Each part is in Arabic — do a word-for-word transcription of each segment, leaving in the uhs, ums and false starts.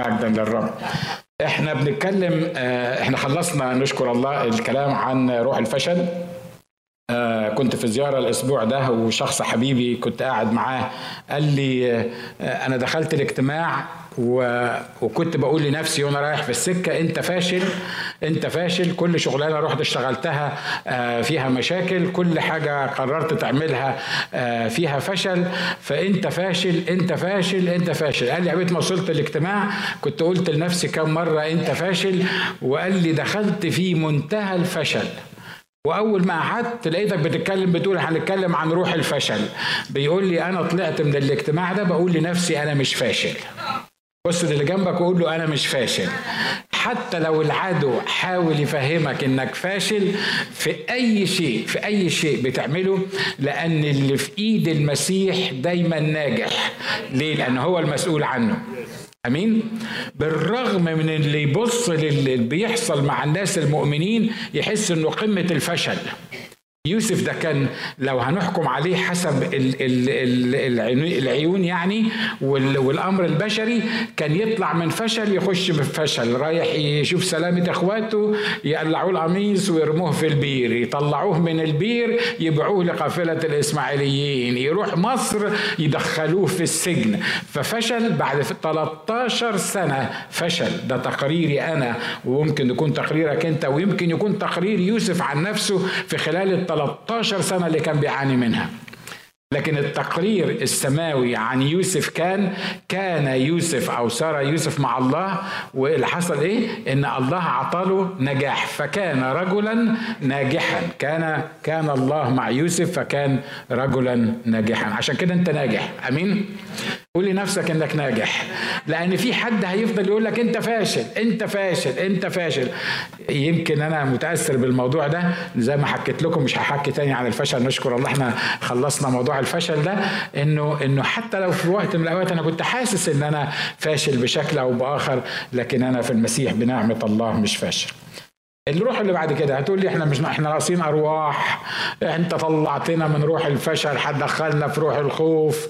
مجدا للرب. احنا بنتكلم، احنا خلصنا نشكر الله الكلام عن روح الفشل. كنت في زيارة الأسبوع ده وشخص حبيبي كنت قاعد معاه قال لي أنا دخلت الاجتماع وكنت بقول لنفسي وانا رايح في السكة انت فاشل انت فاشل، كل شغلانة رحت اشتغلتها فيها مشاكل، كل حاجة قررت تعملها فيها فشل، فانت فاشل انت فاشل انت فاشل. قال لي عبيت ما وصلت الاجتماع كنت قلت لنفسي كم مرة انت فاشل، وقال لي دخلت في منتهى الفشل. واول ما قعدت لقيتك بتتكلم بتقول هنتكلم عن روح الفشل. بيقول لي انا طلعت من الاجتماع ده بقول لنفسي انا مش فاشل. بص اللي جنبك وقول له انا مش فاشل. حتى لو العدو حاول يفهمك انك فاشل في اي شيء في اي شيء بتعمله، لان اللي في ايد المسيح دايما ناجح. ليه؟ لان هو المسؤول عنه. امين. بالرغم من اللي يبص للي بيحصل مع الناس المؤمنين يحس انه قمة الفشل. يوسف ده كان لو هنحكم عليه حسب ال ال ال العيون يعني والامر البشري كان يطلع من فشل يخش بفشل، رايح يشوف سلامة اخواته يقلعوه القميص ويرموه في البير، يطلعوه من البير يبيعوه لقافلة الاسماعيليين، يروح مصر يدخلوه في السجن. ففشل بعد ثلاثة عشر سنة فشل. ده تقريري انا وممكن يكون تقريرك انت ويمكن يكون تقرير يوسف عن نفسه في خلال ثلاثة عشر سنة اللي كان بيعاني منها. لكن التقرير السماوي عن يوسف كان كان يوسف أو صار يوسف مع الله، واللي حصل إيه؟ إن الله عطاله نجاح فكان رجلا ناجحا. كان كان الله مع يوسف فكان رجلا ناجحا. عشان كده أنت ناجح. أمين؟ قول لنفسك انك ناجح، لان في حد هيفضل يقول لك انت فاشل انت فاشل انت فاشل. يمكن انا متاثر بالموضوع ده زي ما حكيت لكم، مش هحكي تاني عن الفشل. نشكر الله احنا خلصنا موضوع الفشل ده. انه انه حتى لو في وقت من الاوقات انا كنت حاسس ان انا فاشل بشكل او باخر، لكن انا في المسيح بنعمه الله مش فاشل. الروح اللي بعد كده هتقول لي احنا مش احنا ناقصين ارواح، انت طلعتنا من روح الفشل هتدخلنا في روح الخوف.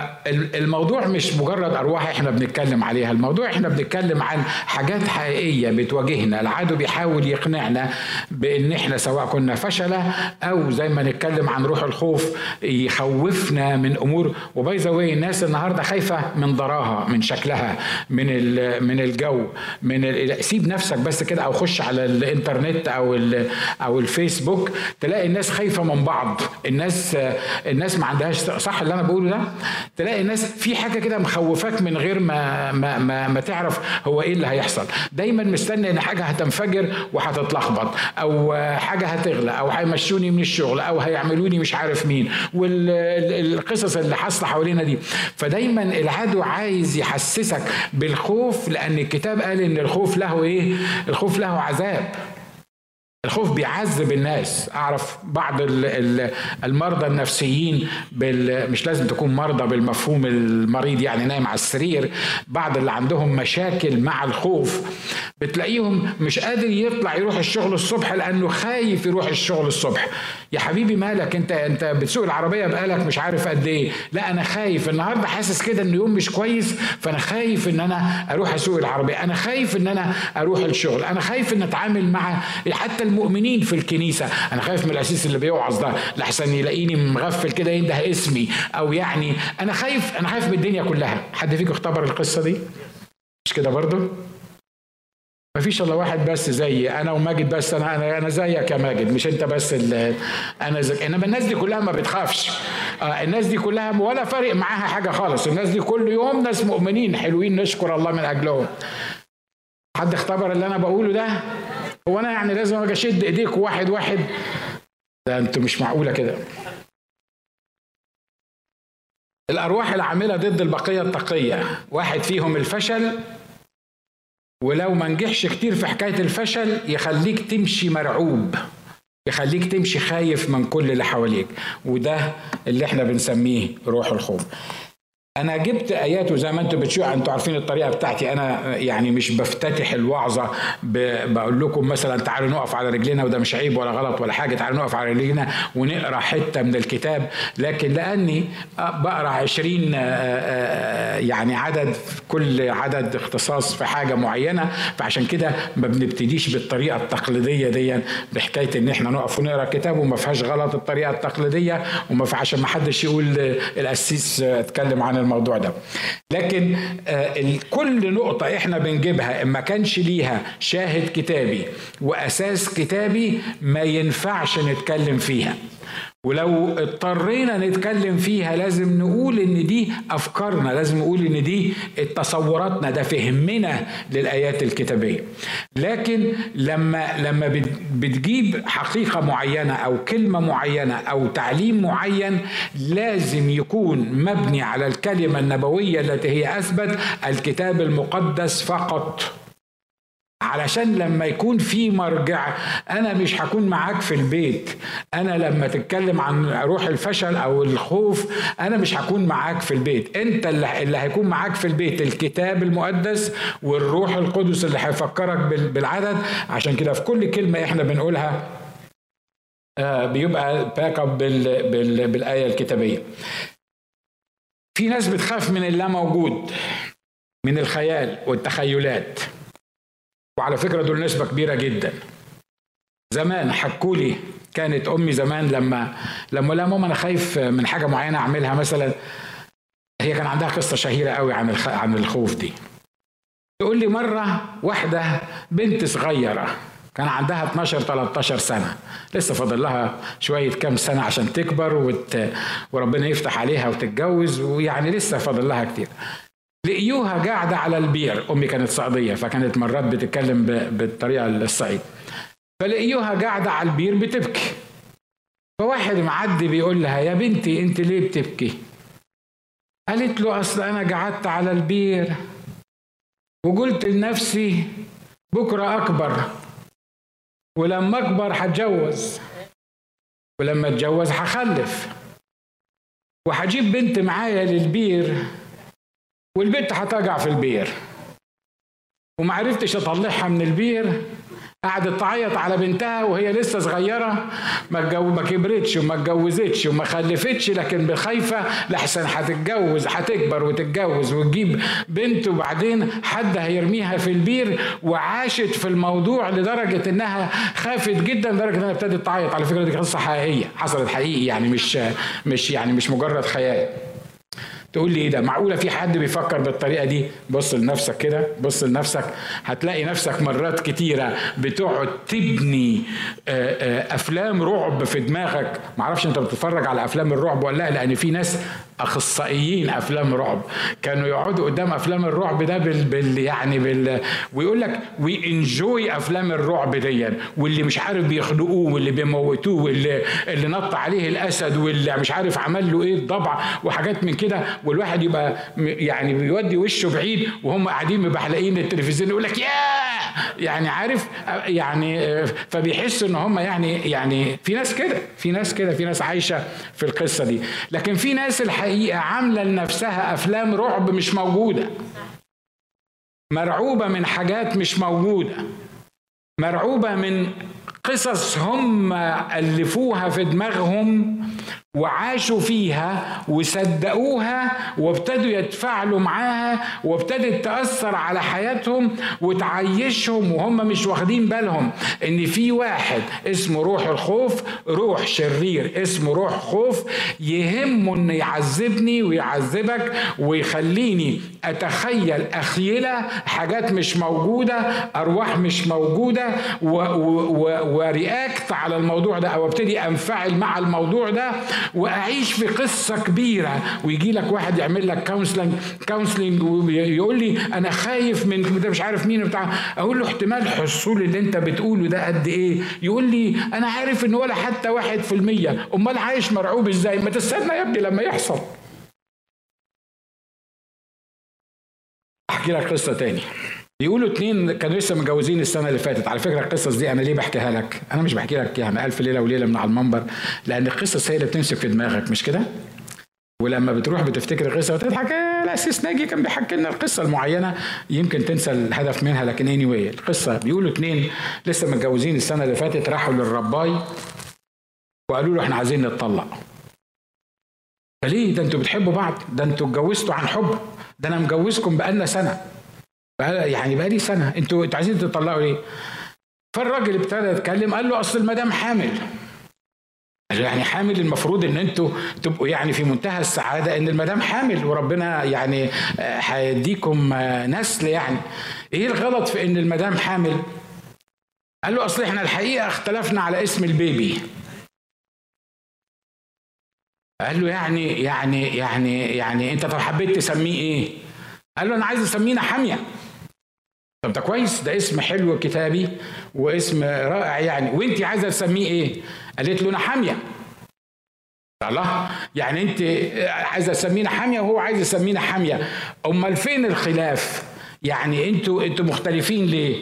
فالموضوع مش مجرد أرواح احنا بنتكلم عليها، الموضوع احنا بنتكلم عن حاجات حقيقية بتواجهنا. العدو بيحاول يقنعنا بان احنا سواء كنا فشلة او زي ما نتكلم عن روح الخوف يخوفنا من امور. وباي ذا واي الناس النهارده خايفة من ضراها، من شكلها، من من الجو، من سيب نفسك بس كده او خش على الانترنت او او الفيسبوك تلاقي الناس خايفة من بعض. الناس الناس ما عندهاش صح اللي انا بقوله ده. تلاقي الناس في حاجه كده مخوفاك من غير ما ما ما, ما تعرف هو ايه اللي هيحصل. دايما مستني ان حاجه هتنفجر وهتتلخبط، او حاجه هتغلى، او هيمشوني من الشغل، او هيعملوني مش عارف مين، والقصص اللي حاصله حوالينا دي. فدايما العدو عايز يحسسك بالخوف، لان الكتاب قال ان الخوف له ايه؟ الخوف له عذاب. الخوف بيعذب الناس. اعرف بعض المرضى النفسيين مش لازم تكون مرضى بالمفهوم المريض يعني نايم على السرير، بعض اللي عندهم مشاكل مع الخوف بتلاقيهم مش قادر يطلع يروح الشغل الصبح لانه خايف يروح الشغل الصبح. يا حبيبي مالك انت انت بتسوق العربيه بقالك مش عارف قد ايه؟ لا انا خايف النهارده، حاسس كده ان يوم مش كويس فانا خايف ان انا اروح اسوق العربيه، انا خايف ان انا اروح الشغل، انا خايف ان اتعامل مع حتى المؤمنين في الكنيسه، انا خايف من الاسيس اللي بيوعظ ده لحسن يلاقيني مغفل كده ينده اسمي، او يعني انا خايف انا خايف من الدنيا كلها. حد فيكم اختبر القصه دي؟ مش كده برضو؟ مفيش الا واحد بس زيي انا وماجد، بس انا انا انا زيك يا ماجد، مش انت بس اللي انا زيك. انما الناس دي كلها ما بتخافش. آه الناس دي كلها ولا فارق معاها حاجه خالص. الناس دي كل يوم ناس مؤمنين حلوين نشكر الله من اجلهم. حد اختبر اللي انا بقوله ده؟ هو انا يعني لازم اجي اشد ايديك واحد واحد؟ ده انتوا مش معقوله كده. الارواح العامله ضد البقيه التقيه، واحد فيهم الفشل، ولو ما نجحش كتير في حكايه الفشل يخليك تمشي مرعوب، يخليك تمشي خايف من كل اللي حواليك، وده اللي احنا بنسميه روح الخوف. انا جبت ايات، وزي ما انتم بتشوفوا انتم عارفين الطريقه بتاعتي، انا يعني مش بفتتح الوعظه بقول لكم مثلا تعالوا نقف على رجلنا، وده مش عيب ولا غلط ولا حاجه، تعالوا نقف على رجلنا ونقرا حته من الكتاب، لكن لاني بقرا عشرين يعني عدد، كل عدد اختصاص في حاجه معينه، فعشان كده ما بنبتديش بالطريقه التقليديه دي بحكايه ان احنا نقف ونقرا كتاب، وما فيهاش غلط الطريقه التقليديه، وما في عشان ما حدش يقول القسيس اتكلم عن الموضوع ده. لكن كل نقطة احنا بنجيبها اما كانش ليها شاهد كتابي واساس كتابي ما ينفعش نتكلم فيها، ولو اضطرينا نتكلم فيها لازم نقول ان دي افكارنا، لازم نقول ان دي تصوراتنا، ده فهمنا للايات الكتابيه. لكن لما لما بتجيب حقيقه معينه او كلمه معينه او تعليم معين لازم يكون مبني على الكلمه النبويه التي هي اثبت الكتاب المقدس فقط، علشان لما يكون في مرجع. انا مش هكون معاك في البيت، انا لما تتكلم عن روح الفشل او الخوف انا مش هكون معاك في البيت، انت اللي هيكون معاك في البيت الكتاب المقدس والروح القدس اللي هيفكرك بالعدد. عشان كده في كل كلمة احنا بنقولها بيبقى باك اب بالآية الكتابية. في ناس بتخاف من اللا موجود، من الخيال والتخيلات، وعلى فكرة دول نسبة كبيرة جدا. زمان حكولي، كانت أمي زمان لما لما لا ماما أنا خايف من حاجة معينة أعملها مثلا، هي كان عندها قصة شهيرة قوي عن الخ... عن الخوف دي. تقول لي مرة واحدة بنت صغيرة كان عندها اتناشر تلتاشر سنة، لسه فاضل لها شوية كام سنة عشان تكبر وت... وربنا يفتح عليها وتتجوز، ويعني لسه فاضل لها كتير. لقيوها قاعدة على البير، أمي كانت صعيدية فكانت مرات بتتكلم بالطريقة الصعيد، فلقيوها قاعدة على البير بتبكي. فواحد معدي بيقول لها يا بنتي أنت ليه بتبكي؟ قالت له أصل أنا قعدت على البير وقلت لنفسي بكرة أكبر، ولما أكبر هتجوز، ولما أتجوز هخلف، وهجيب بنت معايا للبير والبنت هتقع في البير، وما عرفتش اطلعها من البير. قعدت تعيط على بنتها وهي لسه صغيره، ما جو ما كبرتش وما اتجوزتش وما خلفتش، لكن بخايفه لحسن هتتجوز، هتكبر وتتجوز وتجيب بنت وبعدين حد هيرميها في البير. وعاشت في الموضوع لدرجه انها خافت جدا لدرجه انها ابتدت تعيط. على فكره دي قصه حقيقيه حصلت حقيقي، يعني مش مش يعني مش مجرد خيال. تقول لي ايه ده؟ معقوله في حد بيفكر بالطريقه دي؟ بص لنفسك كده، بص لنفسك، هتلاقي نفسك مرات كتيره بتقعد تبني افلام رعب في دماغك. معرفش انت بتتفرج على افلام الرعب ولا لا، لان في ناس اخصائيين افلام رعب كانوا يقعدوا قدام افلام الرعب ده بال, بال يعني بال ويقول لك وي انجوي افلام الرعب دي، واللي مش عارف بيخنقوه واللي بيموتوه واللي اللي نط عليه الاسد واللي مش عارف عمل له ايه الضبع وحاجات من كده، والواحد يبقى يعني بيودي وشه بعيد وهم قاعدين مبحلقين التلفزيون يقول لك يا يعني عارف يعني، فبيحس ان هم يعني يعني في ناس كده، في ناس كده في ناس عايشه في القصه دي. لكن في ناس الحقيقه عامله لنفسها افلام رعب مش موجوده، مرعوبه من حاجات مش موجوده، مرعوبه من قصص هم ألفوها في دماغهم وعاشوا فيها وصدقوها وابتدوا يتفاعلوا معاها وابتدت تأثر على حياتهم وتعيشهم وهم مش واخدين بالهم ان في واحد اسمه روح الخوف، روح شرير اسمه روح خوف، يهمه انه يعذبني ويعذبك ويخليني اتخيل اخيلة حاجات مش موجودة، ارواح مش موجودة، ورياكت على الموضوع ده او ابتدي انفعل مع الموضوع ده واعيش في قصه كبيره. ويجي لك واحد يعمل لك كونسلنج كونسلنج ويقول لي انا خايف من ده مش عارف مين بتاع، اقول له احتمال حصول اللي انت بتقوله ده قد ايه؟ يقول لي انا عارف ان ولا حتى واحد في المية. امال عايش مرعوب ازاي؟ ما تستنى يا ابني لما يحصل. احكي لك قصه تاني. بيقولوا اتنين كانوا لسه متجوزين السنه اللي فاتت. على فكره القصص دي انا ليه بحكيها لك؟ انا مش بحكي لك يعني الف ليله وليله من على المنبر، لان القصص هي اللي بتمسك في دماغك مش كده؟ ولما بتروح بتفتكر القصه وتضحك، الاسيس ناجي كان بيحكي لنا القصه المعينه، يمكن تنسى الهدف منها. لكن اني anyway القصه بيقولوا اتنين لسه متجوزين السنه اللي فاتت راحوا للرباي وقالوا له احنا عايزين نتطلق. فليه؟ ده انتوا بتحبوا بعض، ده انتوا اتجوزتوا عن حب، ده انا مجوزكم بقالنا سنه، بقى يعني بقالي سنه، انتوا انتوا عايزين تطلقوا ليه؟ فالراجل ابتدى يتكلم، قال له اصل المدام حامل. يعني حامل المفروض ان انتوا تبقوا يعني في منتهى السعاده ان المدام حامل وربنا يعني هيديكم نسل، يعني ايه الغلط في ان المدام حامل؟ قال له اصل احنا الحقيقه اختلفنا على اسم البيبي. قال له يعني يعني يعني يعني انت طب حبيت تسميه ايه؟ قال له انا عايز اسميه حاميه. طب ده كويس، ده اسم حلو كتابي واسم رائع يعني، وانت عايزه تسميه ايه؟ قالت له نحاميه. الله، يعني انت عايزه تسمينا حاميه وهو عايز يسمينا حاميه، امال فين الخلاف؟ يعني انتوا انتوا مختلفين ليه؟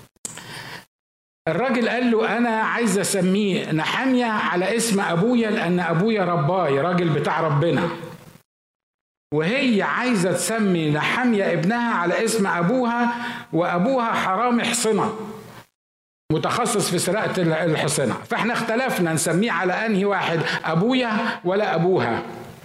الراجل قال له انا عايز اسميه نحاميه على اسم ابويا لان ابويا رباي راجل بتاع ربنا، وهي عايزه تسمي نحاميه ابنها على اسم ابوها، وابوها حرامي حصنه متخصص في سرقه الحصنه، فاحنا اختلفنا نسميه على انهي واحد، ابويا ولا ابوها.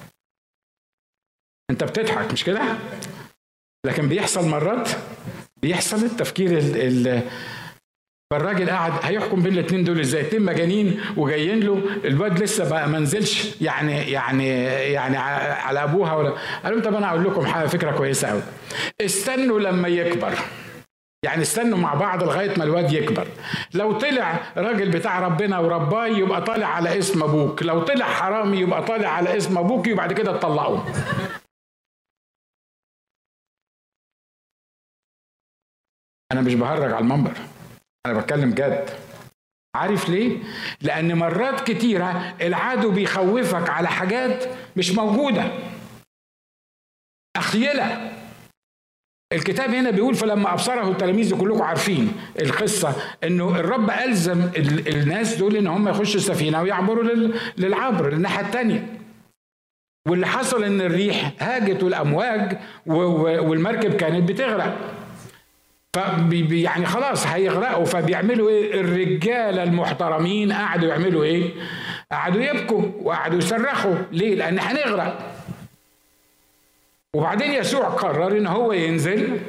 انت بتضحك مش كده؟ لكن بيحصل مرات، بيحصل التفكير ال ال فالراجل قاعد هيحكم بين الاثنين دول ازاي؟ اتنين مجانين وجايين له، الواد لسه بقى ما نزلش يعني يعني يعني على ابوها ولا. قال لهم طب انا اقول لكم حاجه، فكره كويسه قوي، استنوا لما يكبر، يعني استنوا مع بعض لغايه ما الواد يكبر، لو طلع راجل بتاع ربنا ورباه يبقى طالع على اسم ابوك، لو طلع حرامي يبقى طالع على اسم ابوك، وبعد كده تطلقوا. انا مش بهرج على المنبر، انا بتكلم جد. عارف ليه؟ لان مرات كتيره العدو بيخوفك على حاجات مش موجوده، اخيله. الكتاب هنا بيقول فلما ابصره التلاميذ، كلكم عارفين القصه، انه الرب الزم الناس دول ان هم يخشوا السفينه ويعبروا للعبر للناحيه الثانيه، واللي حصل ان الريح هاجت والامواج والمركب كانت بتغرق، فبي يعني خلاص هيغرقوا، فبيعملوا ايه؟ الرجاله المحترمين قعدوا يعملوا ايه؟ قعدوا يبكوا وقعدوا يصرخوا. ليه؟ لان هنغرق. وبعدين يسوع قرر ان هو ينزل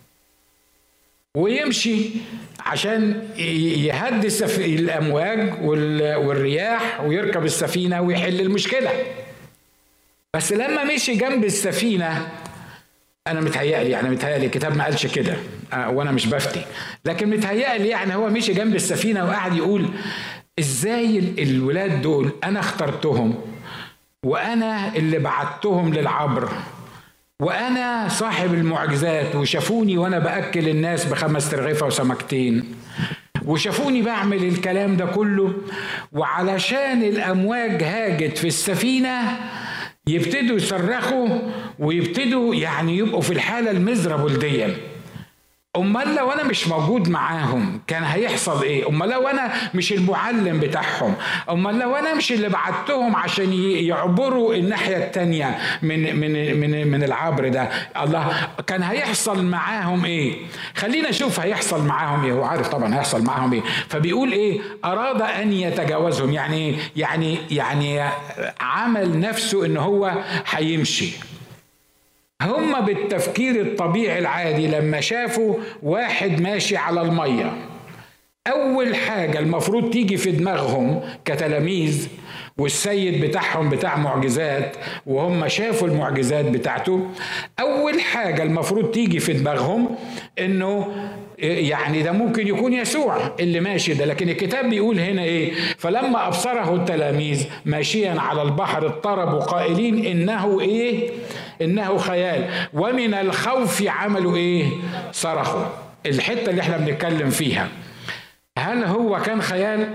ويمشي عشان يهدي الامواج والرياح ويركب السفينه ويحل المشكله. بس لما مشي جنب السفينه، انا متهيألي يعني متهيألي الكتاب ما قالش كده وانا مش بفتي، لكن متهيألي يعني هو مشي جنب السفينه وقعد يقول ازاي الولاد دول انا اخترتهم، وانا اللي بعتهم للعبر، وانا صاحب المعجزات، وشافوني وانا باكل الناس بخمس ترغيفه وسمكتين، وشافوني بعمل الكلام ده كله، وعلشان الامواج هاجت في السفينه يبتدوا يصرخوا ويبتدوا يعني يبقوا في الحاله المزربل دي. امال لو انا مش موجود معاهم كان هيحصل ايه؟ امال لو انا مش المعلم بتاعهم؟ امال لو انا مش اللي بعتهم عشان يعبروا الناحيه التانيه من من من من العبر ده؟ الله، كان هيحصل معاهم ايه؟ خلينا نشوف هيحصل معاهم ايه. هو عارف طبعا هيحصل معاهم ايه. فبيقول ايه؟ اراد ان يتجاوزهم، يعني ايه؟ يعني يعني عمل نفسه ان هو هيمشي. هم بالتفكير الطبيعي العادي لما شافوا واحد ماشي على المية، أول حاجة المفروض تيجي في دماغهم كتلاميذ والسيد بتاعهم بتاع معجزات، وهم شافوا المعجزات بتاعته، أول حاجة المفروض تيجي في دماغهم إنه يعني ده ممكن يكون يسوع اللي ماشي ده. لكن الكتاب بيقول هنا إيه؟ فلما أبصره التلاميذ ماشيا على البحر اضطربوا قائلين إنه إيه؟ إنه خيال، ومن الخوف عملوا إيه؟ صرخوا. الحتة اللي احنا بنتكلم فيها، هل هو كان خيال؟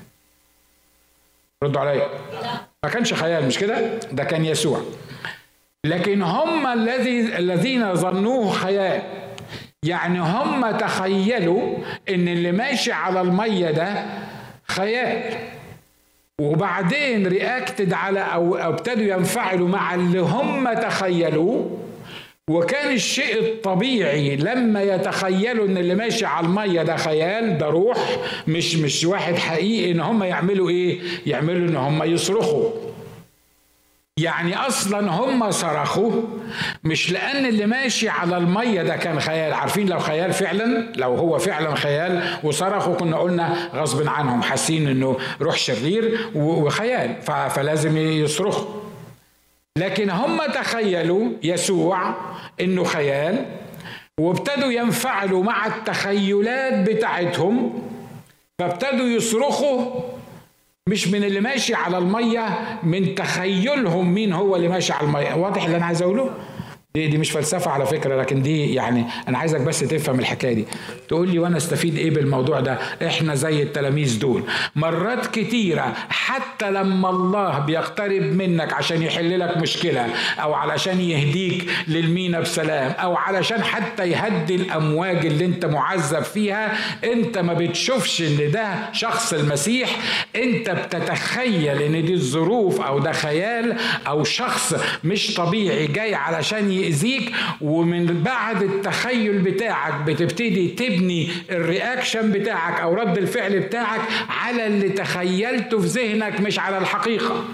ردوا عليا. ما كانش خيال، مش كده؟ ده كان يسوع. لكن هم الذي الذين ظنوه خيال، يعني هم تخيلوا ان اللي ماشي على المية ده خيال. وبعدين رياكتد على او ابتدوا ينفعلوا مع اللي هم تخيلوه. وكان الشيء الطبيعي لما يتخيلوا ان اللي ماشي على الميه ده خيال، ده روح مش مش واحد حقيقي، ان هم يعملوا ايه؟ يعملوا ان هم يصرخوا. يعني اصلا هم صرخوا مش لان اللي ماشي على الميه ده كان خيال. عارفين لو خيال فعلا، لو هو فعلا خيال وصرخوا كنا قلنا غصب عنهم حاسين انه روح شرير وخيال فلازم يصرخوا. لكن هم تخيلوا يسوع انه خيال وابتدوا ينفعلوا مع التخيلات بتاعتهم، فابتدوا يصرخوا مش من اللي ماشي على الميه، من تخيلهم مين هو اللي ماشي على الميه. واضح اللي انا عايز اقوله؟ دي دي مش فلسفه على فكره، لكن دي يعني انا عايزك بس تفهم الحكايه دي. تقول لي وانا استفيد ايه بالموضوع ده؟ احنا زي التلاميذ دول مرات كتيره حتى لما الله بيقترب منك عشان يحل لك مشكله، او علشان يهديك للمينا بسلام، او علشان حتى يهدي الامواج اللي انت معذب فيها، انت ما بتشوفش ان ده شخص المسيح. انت بتتخيل ان دي الظروف او ده خيال او شخص مش طبيعي جاي علشان يأذيك. ومن بعد التخيل بتاعك بتبتدي تبني الرياكشن بتاعك او رد الفعل بتاعك على اللي تخيلته في ذهنك مش على الحقيقة.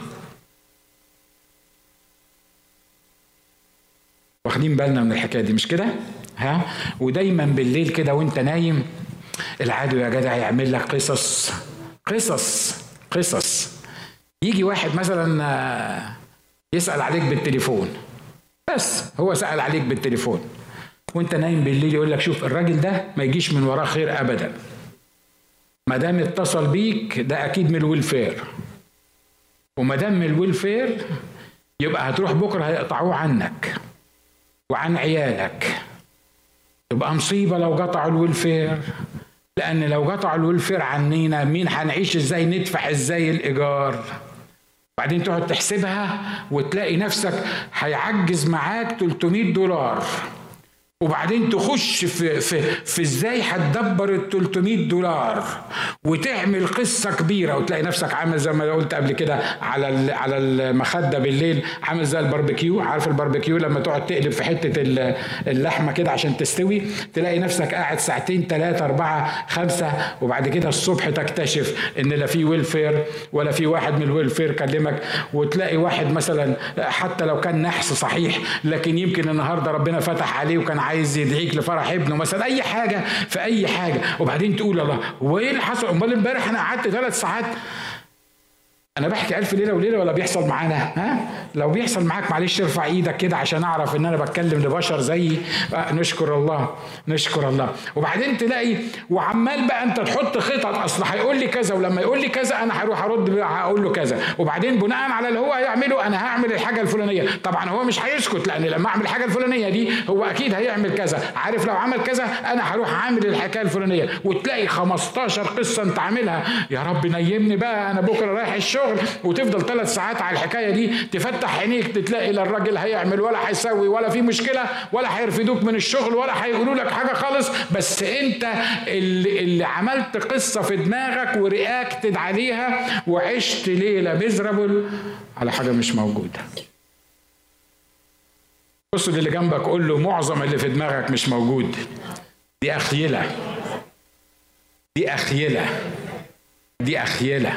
واخدين بالنا من الحكاية دي مش كده؟ ها؟ ودايما بالليل كده وانت نايم العدو يا جدع يعمل لك قصص قصص قصص. يجي واحد مثلا يسأل عليك بالتليفون، بس هو سأل عليك بالتليفون وانت نايم بالليل، يقول لك شوف الراجل ده ما يجيش من وراه خير ابدا، ما دام اتصل بيك ده اكيد من الويلفير، وما دام من الويلفير يبقى هتروح بكره هيقطعوه عنك وعن عيالك. تبقى مصيبه لو قطعوا الويلفير، لان لو قطعوا الويلفير عنينا مين هنعيش ازاي؟ ندفع ازاي الايجار؟ بعدين تقعد تحسبها وتلاقي نفسك هيعجز معاك ثلاثمائة دولار، وبعدين تخش في في في ازاي هتدبر ال ثلاثمائة دولار وتعمل قصه كبيره، وتلاقي نفسك عامل زي ما قلت قبل كده على على المخده بالليل، عامل زي الباربيكيو. عارف الباربيكيو لما تقعد تقلب في حته اللحمه كده عشان تستوي، تلاقي نفسك قاعد ساعتين ثلاثه اربعه خمسه، وبعد كده الصبح تكتشف ان لا في ويلفير ولا في واحد من الويلفير كلمك. وتلاقي واحد مثلا حتى لو كان نحس صحيح، لكن يمكن النهارده ربنا فتح عليه وكان عايز يدعيك لفرح ابنه مثلا، اي حاجه في اي حاجه، وبعدين تقول الله هو ايه اللي حصل؟ امال امبارح انا قعدت ثلاث ساعات. انا بحكي الف ليله وليله ولا بيحصل معانا؟ ها لو بيحصل معاك معلش ارفع ايدك كده عشان اعرف ان انا بتكلم لبشر زيي. نشكر الله نشكر الله. وبعدين تلاقي وعمال بقى انت تحط خطط، اصل هيقول لي كذا ولما يقول لي كذا انا هروح ارد هقول له كذا، وبعدين بناء على اللي هو هيعمله انا هعمل الحاجه الفلانيه. طبعا هو مش هيسكت، لان لما اعمل الحاجه الفلانيه دي هو اكيد هيعمل كذا. عارف لو عمل كذا انا هروح اعمل الحكايه الفلانيه، وتلاقي خمستاشر قصه انت عاملها. يا رب نيمني بقى انا بكره رايح الشغل، وتفضل ثلاث ساعات على الحكايه دي، تفتح عينيك تلاقي لا الراجل هيعمل ولا هيسوي ولا في مشكله ولا هيرفدوك من الشغل ولا هيقولوا لك حاجه خالص، بس انت اللي, اللي عملت قصه في دماغك ورياكتد عليها وعشت ليله ميزرابل على حاجه مش موجوده. بص اللي جنبك قول له معظم اللي في دماغك مش موجود، دي اخيله دي اخيله دي اخيله.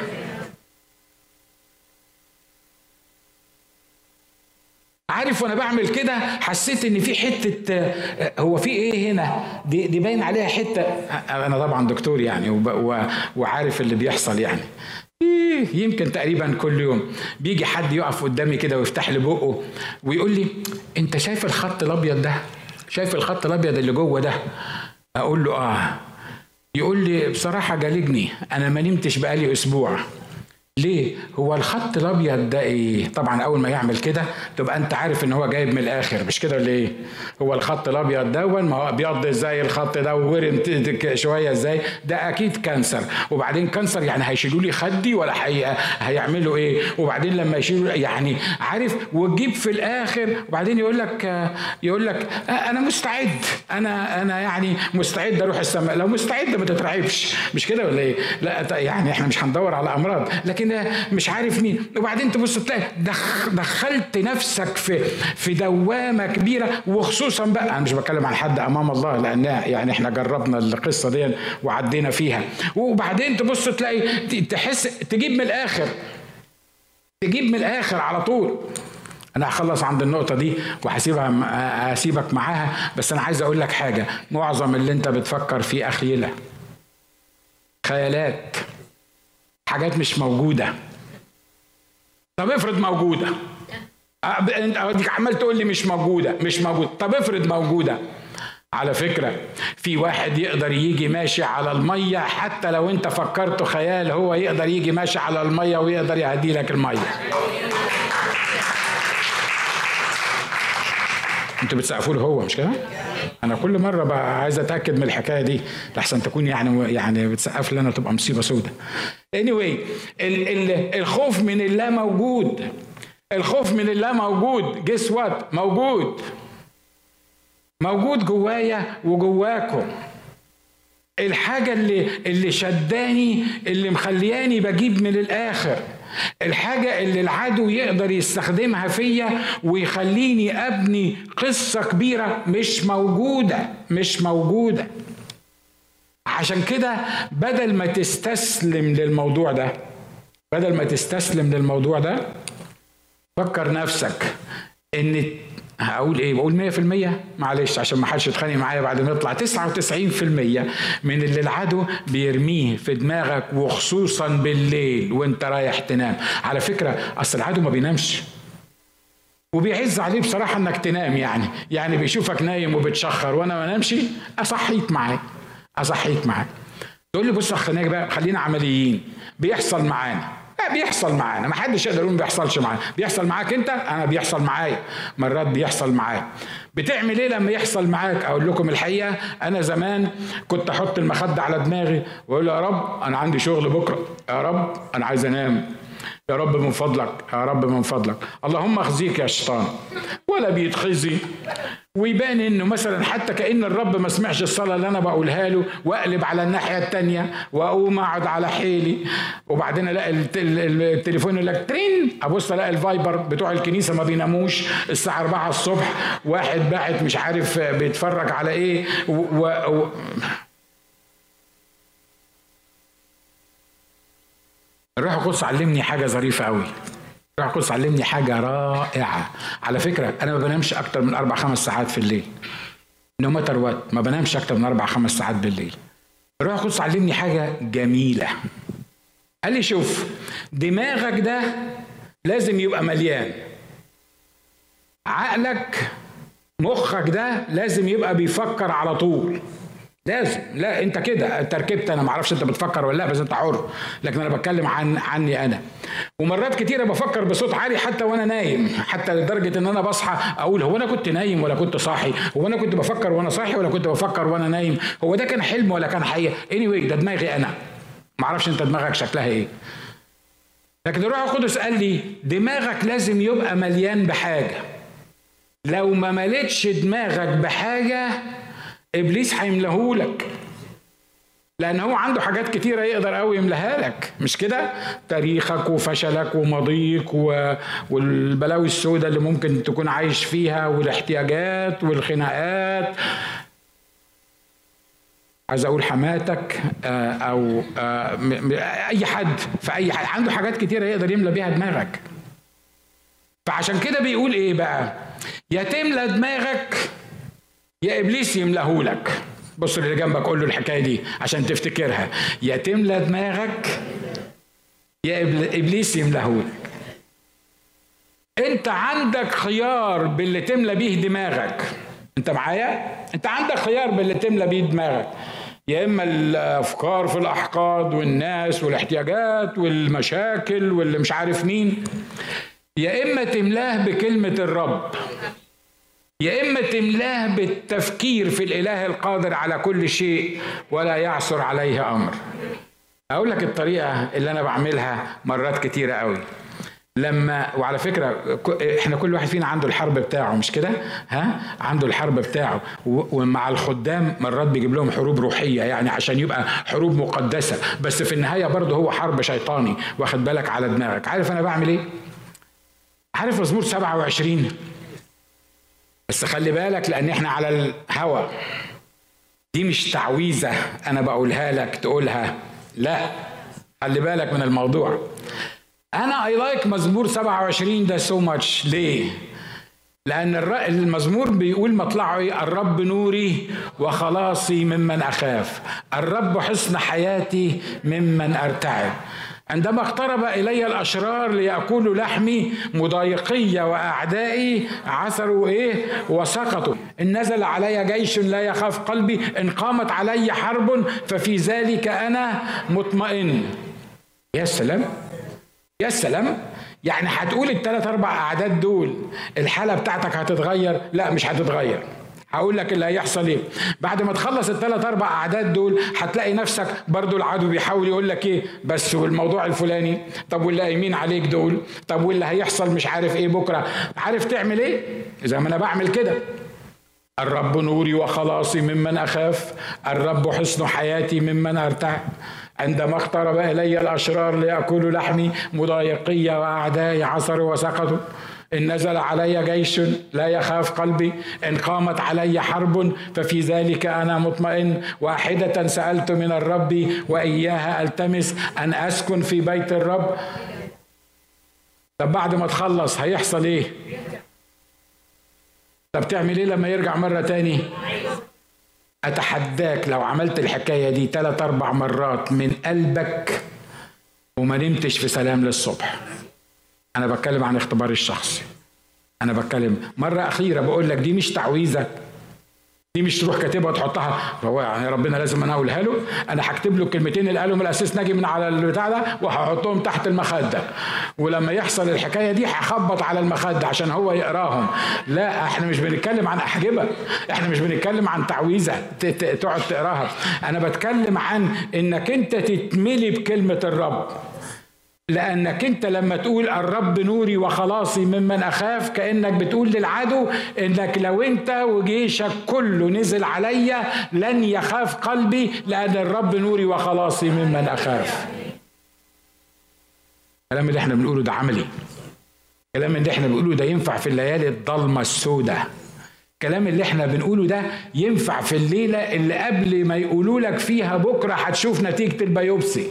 عارف وانا بعمل كده حسيت ان في حته، هو في ايه هنا؟ دي دي باين عليها حته. انا طبعا دكتور يعني وعارف اللي بيحصل يعني. يمكن تقريبا كل يوم بيجي حد يقف قدامي كده ويفتح لي بقه ويقول لي انت شايف الخط الابيض ده؟ شايف الخط الابيض اللي جوه ده؟ اقول له اه. يقول لي بصراحه جالجني، انا ما نمتش بقالي اسبوع. ليه؟ هو الخط الابيض ده ايه؟ طبعا اول ما يعمل كده تبقى انت عارف ان هو جايب من الاخر، مش كده ولا ايه؟ هو الخط الابيض ده ما هو ابيض ازاي الخط ده وورم شويه ازاي؟ ده اكيد كانسر. وبعدين كانسر يعني هيشيلوا لي خدي ولا هي... هيعملوا ايه؟ وبعدين لما يشيلوا يعني عارف، وتجيب في الاخر وبعدين يقول لك يقول لك انا مستعد، انا انا يعني مستعد اروح السماء. لو مستعد ما تترعبش، مش كده ولا ايه؟ لا يعني احنا مش هندور على امراض، لكن لكن مش عارف مين، وبعدين تبص تلاقي دخلت نفسك في في دوامه كبيره. وخصوصا بقى انا مش بتكلم عن حد امام الله، لان يعني احنا جربنا القصه دي وعدينا فيها. وبعدين تبص تلاقي تحس تجيب من الاخر تجيب من الاخر على طول. انا هخلص عند النقطه دي وهسيبها هسيبك معاها، بس انا عايز اقول لك حاجه. معظم اللي انت بتفكر فيه اخيله، خيالات، حاجات مش موجوده. طب افرض موجوده، انت عمال تقول لي مش موجوده مش موجوده. طب افرض موجوده. على فكره في واحد يقدر يجي ماشي على الميه، حتى لو انت فكرته خيال، هو يقدر يجي ماشي على الميه ويقدر يهدي لك الميه. انتوا بتسقفوا له هو، مش كده؟ انا كل مره بقى عايز اتاكد من الحكايه دي لحسن تكون يعني يعني بتسقف لي انا تبقى مصيبه سودة. anyway ال ال الخوف من الله موجود. الخوف من الله موجود. جيس وات؟ موجود موجود جوايا وجواكم. الحاجه اللي اللي شداني، اللي مخلياني بجيب من الاخر، الحاجة اللي العدو يقدر يستخدمها فيا ويخليني أبني قصة كبيرة، مش موجودة مش موجودة. عشان كده بدل ما تستسلم للموضوع ده بدل ما تستسلم للموضوع ده فكر نفسك ان هقول ايه، بقول مية في المية، معلش عشان ما حدش يتخانق معايا بعد ما يطلع، تسعة وتسعين في المية من اللي العدو بيرميه في دماغك، وخصوصا بالليل وانت رايح تنام. على فكرة اصل العدو ما بينامش، وبيعز عليه بصراحة انك تنام. يعني يعني بيشوفك نايم وبتشخر وانا ما نامش، اصحيك معاك اصحيك معاك تقول لي بص خلينا بقى خلينا عمليين. بيحصل معانا بيحصل معانا، ما حدش يقدر يقول ما بيحصلش معانا. بيحصل معاك انت، انا بيحصل معايا مرات، بيحصل معايا. بتعمل ايه لما يحصل معاك؟ اقول لكم الحقيقه، انا زمان كنت احط المخده على دماغي واقول يا رب انا عندي شغل بكره، يا رب انا عايز انام، يا رب من فضلك، يا رب من فضلك، اللهم اخزيك يا شيطان. ولا بيتخزي، ويبان انه مثلا حتى كأن الرب ما سمعش الصلاة اللي انا بقولها له، واقلب على الناحية التانية واقوم اقعد على حيلي، وبعدين الاقي التليفون يقول لك ترين، ابص الاقي الفايبر بتوع الكنيسة ما بيناموش الساعة أربعة الصبح، واحد باعت مش عارف بيتفرج على ايه و... و... الروح القدس علمني حاجة ظريفة قوي. الروح القدس علمني حاجة رائعة. على فكرة أنا ما بنامش أكتر من أربع خمس ساعات في الليل. نو ماتر وات، ما بنامش أكتر من أربع خمس ساعات بالليل. الروح القدس علمني حاجة جميلة. قال لي شوف، دماغك ده لازم يبقى مليان. عقلك، مخك ده لازم يبقى بيفكر على طول. لازم. لا انت كده تركبت، انا ما اعرفش انت بتفكر ولا لا، بس انت حر، لكن انا بتكلم عن عني انا. ومرات كتيره بفكر بصوت عالي حتى وانا نايم، حتى لدرجه ان انا بصحى اقول هو انا كنت نايم ولا كنت صاحي؟ هو انا كنت بفكر وانا صاحي ولا كنت بفكر وانا نايم؟ هو ده كان حلم ولا كان حقيقه؟ anyway ده دماغي انا، ما اعرفش انت دماغك شكلها ايه. لكن الروح القدس قال لي دماغك لازم يبقى مليان بحاجه. لو ما مليتش دماغك بحاجه إبليس هيملهولك، لأن هو عنده حاجات كتيرة يقدر قوي يملها لك، مش كده؟ تاريخك وفشلك وماضيك والبلاوي السوداء اللي ممكن تكون عايش فيها، والاحتياجات والخناقات، عايز أقول حماتك أو أي حد، في أي حد عنده حاجات كتيرة يقدر يملى بيها دماغك. فعشان كده بيقول إيه بقى؟ يا تملى دماغك يا إبليس يملهولك. بص اللي جنبك قول له الحكاية دي عشان تفتكرها، يا تملى دماغك يا إبليس يملهولك. انت عندك خيار باللي تملى بيه دماغك. انت معايا؟ انت عندك خيار باللي تملى بيه دماغك، يا اما الافكار في الاحقاد والناس والاحتياجات والمشاكل واللي مش عارف مين، يا اما تملاه بكلمة الرب، يا إما تملاه بالتفكير في الإله القادر على كل شيء ولا يعثر عليه أمر. أقول لك الطريقة اللي أنا بعملها مرات كتيرة قوي. لما وعلى فكره احنا كل واحد فينا عنده الحرب بتاعه، مش كده؟ ها عنده الحرب بتاعه، ومع الخدام مرات بيجيب لهم حروب روحيه يعني عشان يبقى حروب مقدسه، بس في النهايه برضه هو حرب شيطاني، واخد بالك على دماغك. عارف انا بعمل ايه؟ عارف مزمور سبعة وعشرين؟ بس خلي بالك لان احنا على الهوا، دي مش تعويذه انا بقولها لك تقولها، لا خلي بالك من الموضوع. انا اي لايك مزمور سبعة وعشرين ده سو ماتش. ليه؟ لان المزمور بيقول مطلعه ايه؟ الرب نوري وخلاصي ممن اخاف، الرب حصن حياتي ممن ارتعب. عندما اقترب الي الاشرار ليأكلوا لحمي، مضايقي واعدائي عثروا ايه؟ وسقطوا. ان نزل علي جيش لا يخاف قلبي، ان قامت علي حرب ففي ذلك انا مطمئن. يا سلام يا سلام. يعني هتقول الثلاث اربع اعداد دول الحاله بتاعتك هتتغير؟ لا مش هتتغير. هقول لك اللي هيحصل ايه بعد ما تخلص الثلاث اربع اعداد دول. هتلاقي نفسك برضو العدو بيحاول يقول لك ايه بس والموضوع الفلاني، طب واللي قايمين عليك دول، طب واللي هيحصل مش عارف ايه بكره. عارف تعمل ايه؟ زي ما انا بعمل كده. الرب نوري وخلاصي ممن اخاف، الرب حصن حياتي ممن ارتعب. عندما اقترب الي الاشرار ليأكلوا لحمي، مضايقي واعدائي عثروا وسقطوا. إن نزل علي جيش لا يخاف قلبي، إن قامت علي حرب ففي ذلك أنا مطمئن. واحدة سألت من الرب وإياها ألتمس، أن أسكن في بيت الرب. طب بعد ما تخلص هيحصل إيه؟ طب تعمل إيه لما يرجع مرة تاني؟ أتحداك لو عملت الحكاية دي ثلاث أربع مرات من قلبك وما نمتش في سلام للصبح. أنا بتكلم عن اختبار الشخصي. أنا بتكلم مرة أخيرة بقول لك دي مش تعويذة، دي مش تروح كاتبها وتحطها. هو يعني ربنا لازم أنا أقولها له؟ أنا هكتب له الكلمتين اللي قالهم الأسيس ناجي من على البتاع ده وهحطهم تحت المخدة، ولما يحصل الحكاية دي هخبط على المخدة عشان هو يقراهم. لا احنا مش بنتكلم عن أحجبة، احنا مش بنتكلم عن تعويذة تقعد تقراها. أنا بتكلم عن إنك أنت تتملي بكلمة الرب. لأنك أنت لما تقول الرب نوري وخلاصي ممن أخاف، كأنك بتقول للعدو إنك لو أنت وجيشك كله نزل عليا لن يخاف قلبي، لأن الرب نوري وخلاصي ممن أخاف. الكلام اللي احنا بنقوله ده عملي. الكلام اللي احنا بنقوله ده ينفع في الليالي الضلمة السوداء. الكلام اللي احنا بنقوله ده ينفع في الليلة اللي قبل ما يقولوا لك فيها بكرة هتشوف نتيجة البيوبسي.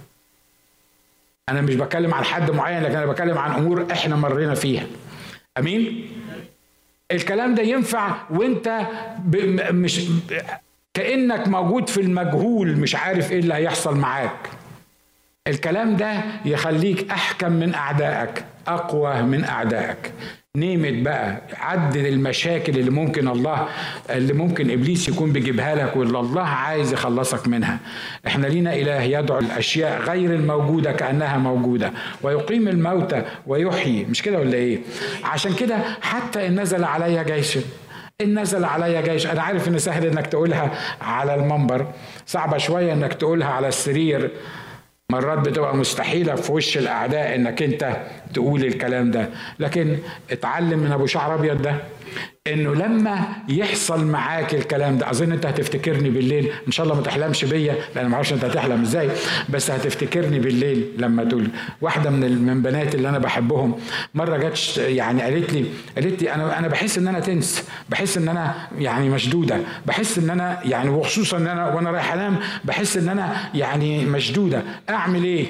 أنا مش بتكلم عن حد معين، لكن أنا بتكلم عن أمور إحنا مرينا فيها. أمين؟ الكلام ده ينفع وأنت مش كأنك موجود في المجهول، مش عارف إيه اللي هيحصل معاك. الكلام ده يخليك أحكم من أعدائك، أقوى من أعدائك. نيمت بقى، عدد المشاكل اللي ممكن الله اللي ممكن إبليس يكون بيجيبها لك واللي الله عايز يخلصك منها. احنا لينا إله يدعو الأشياء غير الموجودة كأنها موجودة، ويقيم الموتى ويحيي. مش كده ولا إيه؟ عشان كده حتى إن نزل علي جيش، إن نزل علي جيش. أنا عارف إن سهل إنك تقولها على المنبر، صعبة شوية إنك تقولها على السرير. مرات بتبقى مستحيلة في وش الأعداء إنك أنت تقول الكلام ده، لكن اتعلم من أبو شعر أبيض ده إنه لما يحصل معاك الكلام ده، أظن أنت هتفتكرني بالليل إن شاء الله، ما تحلمش بيا لأن ما أعرفش أنت هتحلم إزاي، بس هتفتكرني بالليل لما تقول. واحدة من من بنات اللي أنا بحبهم مرة جت يعني قالت لي قالت لي أنا أنا بحس إن أنا تنس، بحس إن أنا يعني مشدودة، بحس إن أنا يعني وخصوصا إن أنا وأنا رايح أنام بحس إن أنا يعني مشدودة، أعمل إيه؟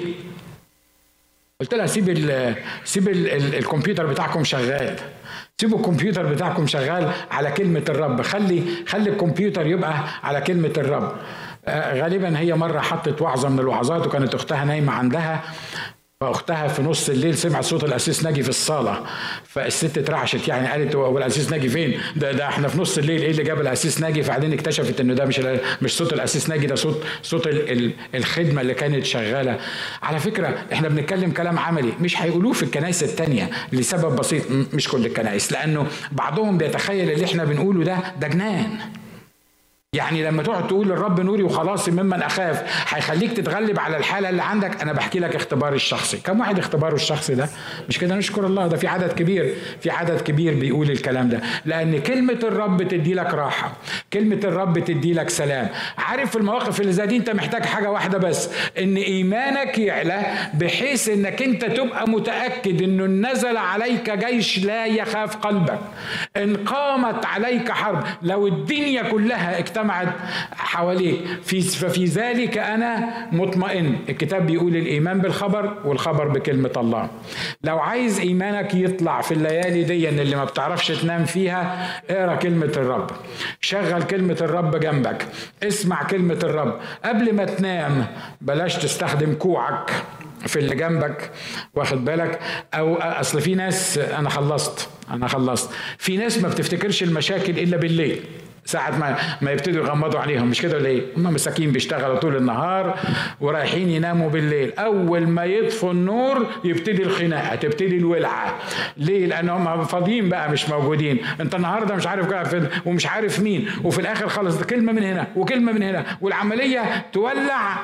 قلت لها سيب ال سيب ال ال الكمبيوتر بتاعكم شغال، سيبوا الكمبيوتر بتاعكم شغال على كلمة الرب، خلي خلي الكمبيوتر يبقى على كلمة الرب. آه غالبا هي مرة حطت وعظة من الوعظات وكانت أختها نايمة عندها، فأختها في نص الليل سمعت صوت الأسيس ناجي في الصالة، فالست اترعشت يعني قالت هو الأسيس ناجي فين؟ ده ده احنا في نص الليل، ايه اللي جاب الأسيس ناجي؟ فبعدين اكتشفت انه ده مش مش صوت الأسيس ناجي، ده صوت صوت ال ال الخدمة اللي كانت شغالة. على فكرة احنا بنتكلم كلام عملي، مش هيقولوه في الكنائس التانية لسبب بسيط، مش كل الكنائس، لأنه بعضهم بيتخيل اللي احنا بنقوله ده ده جنان. يعني لما تقعد تقول الرب نوري وخلاص ممن اخاف هيخليك تتغلب على الحاله اللي عندك. انا بحكي لك اختباري الشخصي. كم واحد اختباره الشخصي ده؟ مش كده؟ نشكر الله. ده في عدد كبير، في عدد كبير بيقول الكلام ده، لان كلمه الرب تدي لك راحه، كلمه الرب تدي لك سلام. عارف في المواقف اللي زي دي انت محتاج حاجه واحده بس، ان ايمانك يعلى بحيث انك انت تبقى متاكد انه نزل عليك جيش لا يخاف قلبك، ان قامت عليك حرب، لو الدنيا كلها اجتمعت حواليك في ففي ذلك انا مطمئن. الكتاب بيقول الايمان بالخبر والخبر بكلمه الله. لو عايز ايمانك يطلع في الليالي دي اللي ما بتعرفش تنام فيها، اقرا كلمه الرب، شغل كلمه الرب جنبك، اسمع كلمه الرب قبل ما تنام. بلاش تستخدم كوعك في اللي جنبك، واخد بالك؟ او اصل في ناس، انا خلصت انا خلصت في ناس ما بتفتكرش المشاكل الا بالليل، ساعة ما ما يبتدوا يغمضوا عليهم، مش كده ليه؟ هم مساكين بيشتغلوا طول النهار ورايحين يناموا بالليل، أول ما يطفوا النور يبتدي الخناقة، تبتدي الولعة. ليه؟ لأن هم فاضيين بقى، مش موجودين. أنت النهاردة مش عارف فين ومش عارف مين، وفي الآخر خلص كلمة من هنا وكلمة من هنا والعملية تولع.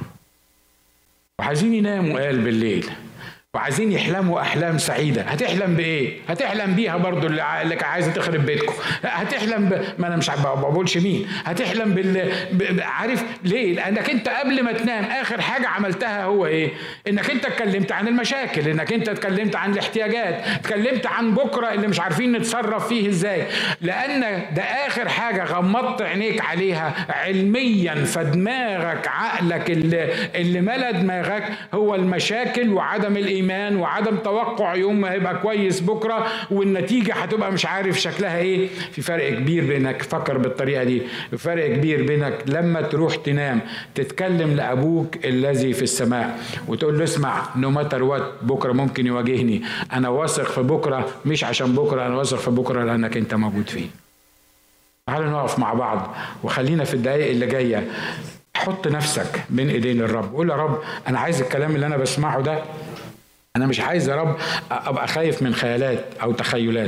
وعايزين يناموا قال بالليل، وعايزين يحلموا أحلام سعيدة. هتحلم بإيه؟ هتحلم بيها برضو اللي عايزة تخرب بيتكم. هتحلم ب... ما أنا مش بقولش مين. هتحلم بال... ب... عارف ليه؟ لأنك أنت قبل ما تنام آخر حاجة عملتها هو إيه؟ إنك أنت اتكلمت عن المشاكل، إنك أنت اتكلمت عن الاحتياجات، اتكلمت عن بكرة اللي مش عارفين نتصرف فيه إزاي، لأن ده آخر حاجة غمضت عينيك عليها علميا. فدماغك عقلك اللي, اللي ملا دماغك هو المشاكل وعدم الإيمان وعدم توقع يوم ما هيبقى كويس بكرة والنتيجة هتبقى مش عارف شكلها ايه. في فرق كبير بينك، فكر بالطريقة دي، فرق كبير بينك لما تروح تنام تتكلم لأبوك الذي في السماء وتقول له اسمع، نو ماتر وات، بكرة ممكن يواجهني، أنا واثق في بكرة، مش عشان بكرة، أنا واثق في بكرة لأنك أنت موجود فيه. تعالوا نقف مع بعض وخلينا في الدقائق اللي جاية حط نفسك بين ايدين الرب، قول يا رب أنا عايز الكلام اللي أنا بسمعه ده، أنا مش عايز يا رب أبقى خايف من خيالات أو تخيلات.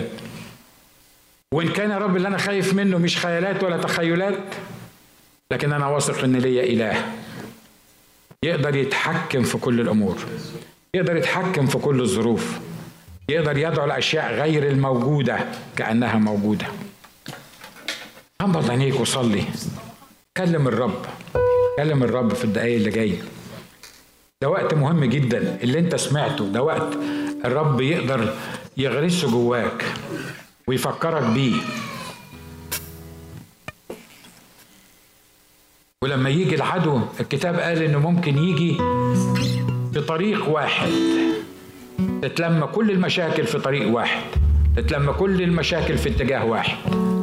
وإن كان يا رب اللي أنا خايف منه مش خيالات ولا تخيلات، لكن أنا واثق إن ليا إله يقدر يتحكم في كل الأمور، يقدر يتحكم في كل الظروف، يقدر يدعو الأشياء غير الموجودة كأنها موجودة. غمض عينيك وصلي، كلم الرب، كلم الرب في الدقايق اللي جايه. ده وقت مهم جدا، اللي انت سمعته ده وقت الرب يقدر يغرسه جواك ويفكرك بيه. ولما يجي العدو، الكتاب قال انه ممكن يجي بطريق واحد، تتلم كل المشاكل في طريق واحد، تتلم كل المشاكل في اتجاه واحد،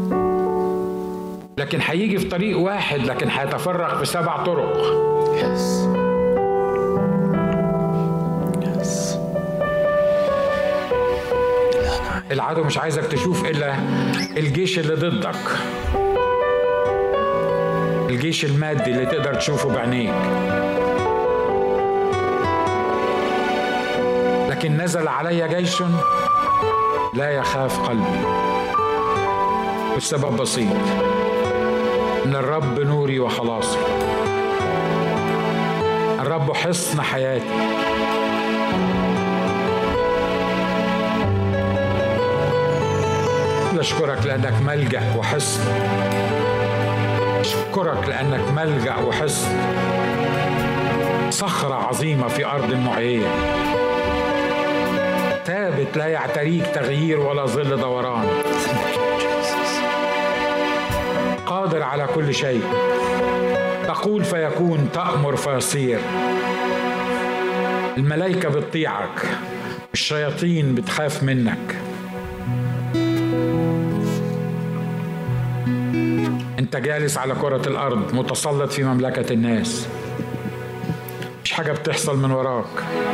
لكن هيجي في طريق واحد لكن هيتفرق في سبع طرق. yes. العدو مش عايزك تشوف إلا الجيش اللي ضدك، الجيش المادي اللي تقدر تشوفه بعينيك، لكن نزل علي جيش لا يخاف قلبي. والسبب بسيط، إن الرب نوري وخلاصي، الرب حصن حياتي. أشكرك لأنك ملجأ وحصن، أشكرك لأنك ملجأ وحصن، صخرة عظيمة في أرض معية، ثابت لا يعتريك تغيير ولا ظل دوران، قادر على كل شيء، تقول فيكون، تأمر فيصير. الملائكة بتطيعك، الشياطين بتخاف منك. انت جالس على كرة الارض متسلط في مملكة الناس، مش حاجة بتحصل من وراك،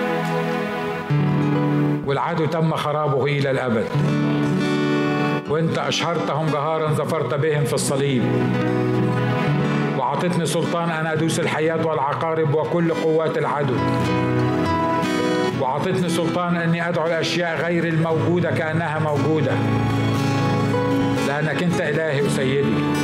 والعدو تم خرابه الى الابد، وانت اشهرتهم جهارا ظفرت بهم في الصليب، وعطتني سلطان ان ادوس الحياة والعقارب وكل قوات العدو، وعطتني سلطان اني ادعو الاشياء غير الموجودة كأنها موجودة، لانك انت الهي وسيدي.